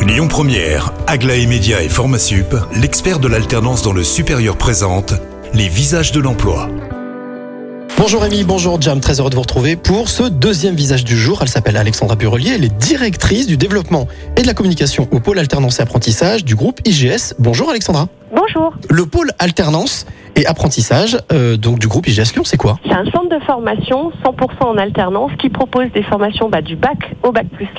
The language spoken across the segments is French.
Lyon Première, Aglaé Média et Formasup, l'expert de l'alternance dans le supérieur présente les visages de l'emploi. Bonjour Rémi, bonjour Jam, très heureux de vous retrouver pour ce deuxième visage du jour. Elle s'appelle Alexandra Burelier, elle est directrice du développement et de la communication au pôle alternance et apprentissage du groupe IGS. Bonjour Alexandra. Bonjour. Le pôle alternance et apprentissage donc du groupe IGS Lyon, c'est quoi ? C'est un centre de formation 100% en alternance qui propose des formations du bac au bac plus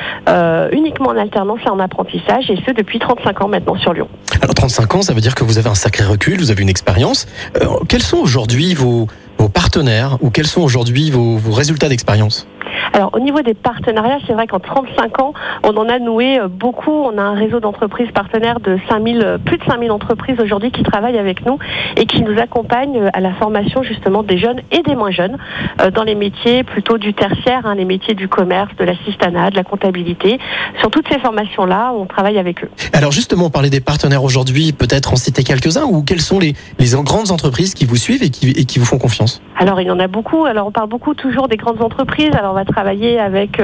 5, uniquement en alternance et en apprentissage, et ce depuis 35 ans maintenant sur Lyon. Alors 35 ans, ça veut dire que vous avez un sacré recul, vous avez une expérience. Quels sont aujourd'hui vos partenaires ou quels sont aujourd'hui vos résultats d'expérience ? Alors au niveau des partenariats, c'est vrai qu'en 35 ans, on en a noué beaucoup. On a un réseau d'entreprises partenaires de plus de 5000 entreprises aujourd'hui qui travaillent avec nous et qui nous accompagnent à la formation justement des jeunes et des moins jeunes dans les métiers plutôt du tertiaire, les métiers du commerce, de l'assistanat, de la comptabilité. Sur toutes ces formations-là, on travaille avec eux. Alors justement, on parlait des partenaires aujourd'hui, peut-être en citer quelques-uns, ou quelles sont les grandes entreprises qui vous suivent et qui vous font confiance ? Alors il y en a beaucoup. Alors on parle beaucoup toujours des grandes entreprises. Alors on va travailler avec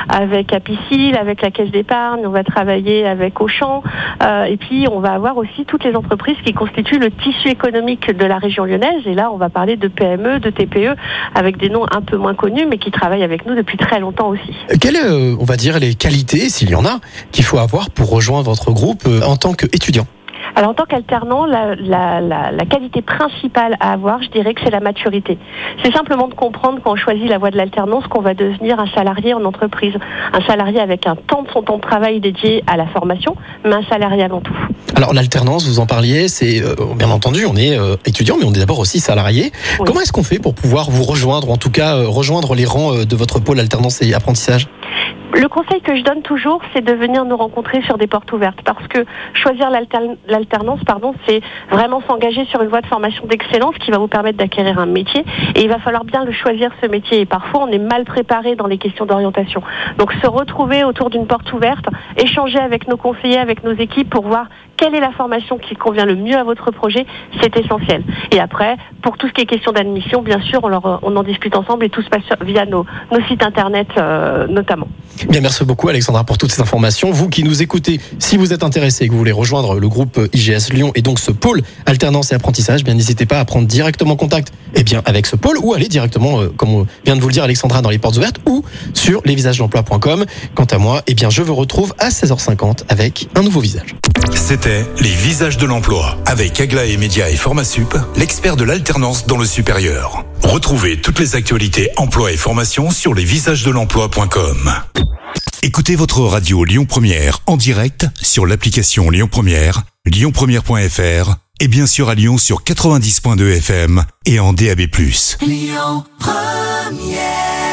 Apicil, avec la Caisse d'épargne, on va travailler avec Auchan, et puis on va avoir aussi toutes les entreprises qui constituent le tissu économique de la région lyonnaise. Et là, on va parler de PME, de TPE, avec des noms un peu moins connus, mais qui travaillent avec nous depuis très longtemps aussi. Quelles, on va dire, les qualités, s'il y en a, qu'il faut avoir pour rejoindre votre groupe en tant qu'étudiant ? Alors en tant qu'alternant, la qualité principale à avoir, je dirais que c'est la maturité. C'est simplement de comprendre quand on choisit la voie de l'alternance qu'on va devenir un salarié en entreprise. Un salarié avec un temps de son temps de travail dédié à la formation, mais un salarié avant tout. Alors l'alternance, vous en parliez, c'est bien entendu, on est étudiant, mais on est d'abord aussi salarié. Oui. Comment est-ce qu'on fait pour pouvoir vous rejoindre, ou en tout cas rejoindre les rangs de votre pôle alternance et apprentissage ? Le conseil que je donne toujours, c'est de venir nous rencontrer sur des portes ouvertes, parce que choisir l'alternance, c'est vraiment s'engager sur une voie de formation d'excellence qui va vous permettre d'acquérir un métier, et il va falloir bien le choisir, ce métier, et parfois on est mal préparé dans les questions d'orientation. Donc se retrouver autour d'une porte ouverte, échanger avec nos conseillers, avec nos équipes pour voir quelle est la formation qui convient le mieux à votre projet, c'est essentiel. Et après, pour tout ce qui est question d'admission, bien sûr, on en discute ensemble, et tout se passe via nos sites internet notamment. Bien, merci beaucoup Alexandra pour toutes ces informations. Vous qui nous écoutez, si vous êtes intéressé et que vous voulez rejoindre le groupe IGS Lyon et donc ce pôle alternance et apprentissage, bien n'hésitez pas à prendre directement contact avec ce pôle, ou aller directement, comme vient de vous le dire Alexandra, dans les portes ouvertes ou sur lesvisagesdelemploi.com. Quant à moi, je vous retrouve à 16h50 avec un nouveau visage. C'était les visages de l'emploi avec Aglaé Média et Formasup, l'expert de l'alternance dans le supérieur. Retrouvez toutes les actualités emploi et formation sur lesvisagesdelemploi.com. Écoutez votre radio Lyon Première en direct sur l'application Lyon Première, lyonpremière.fr et bien sûr à Lyon sur 90.2 FM et en DAB+. Lyon Première.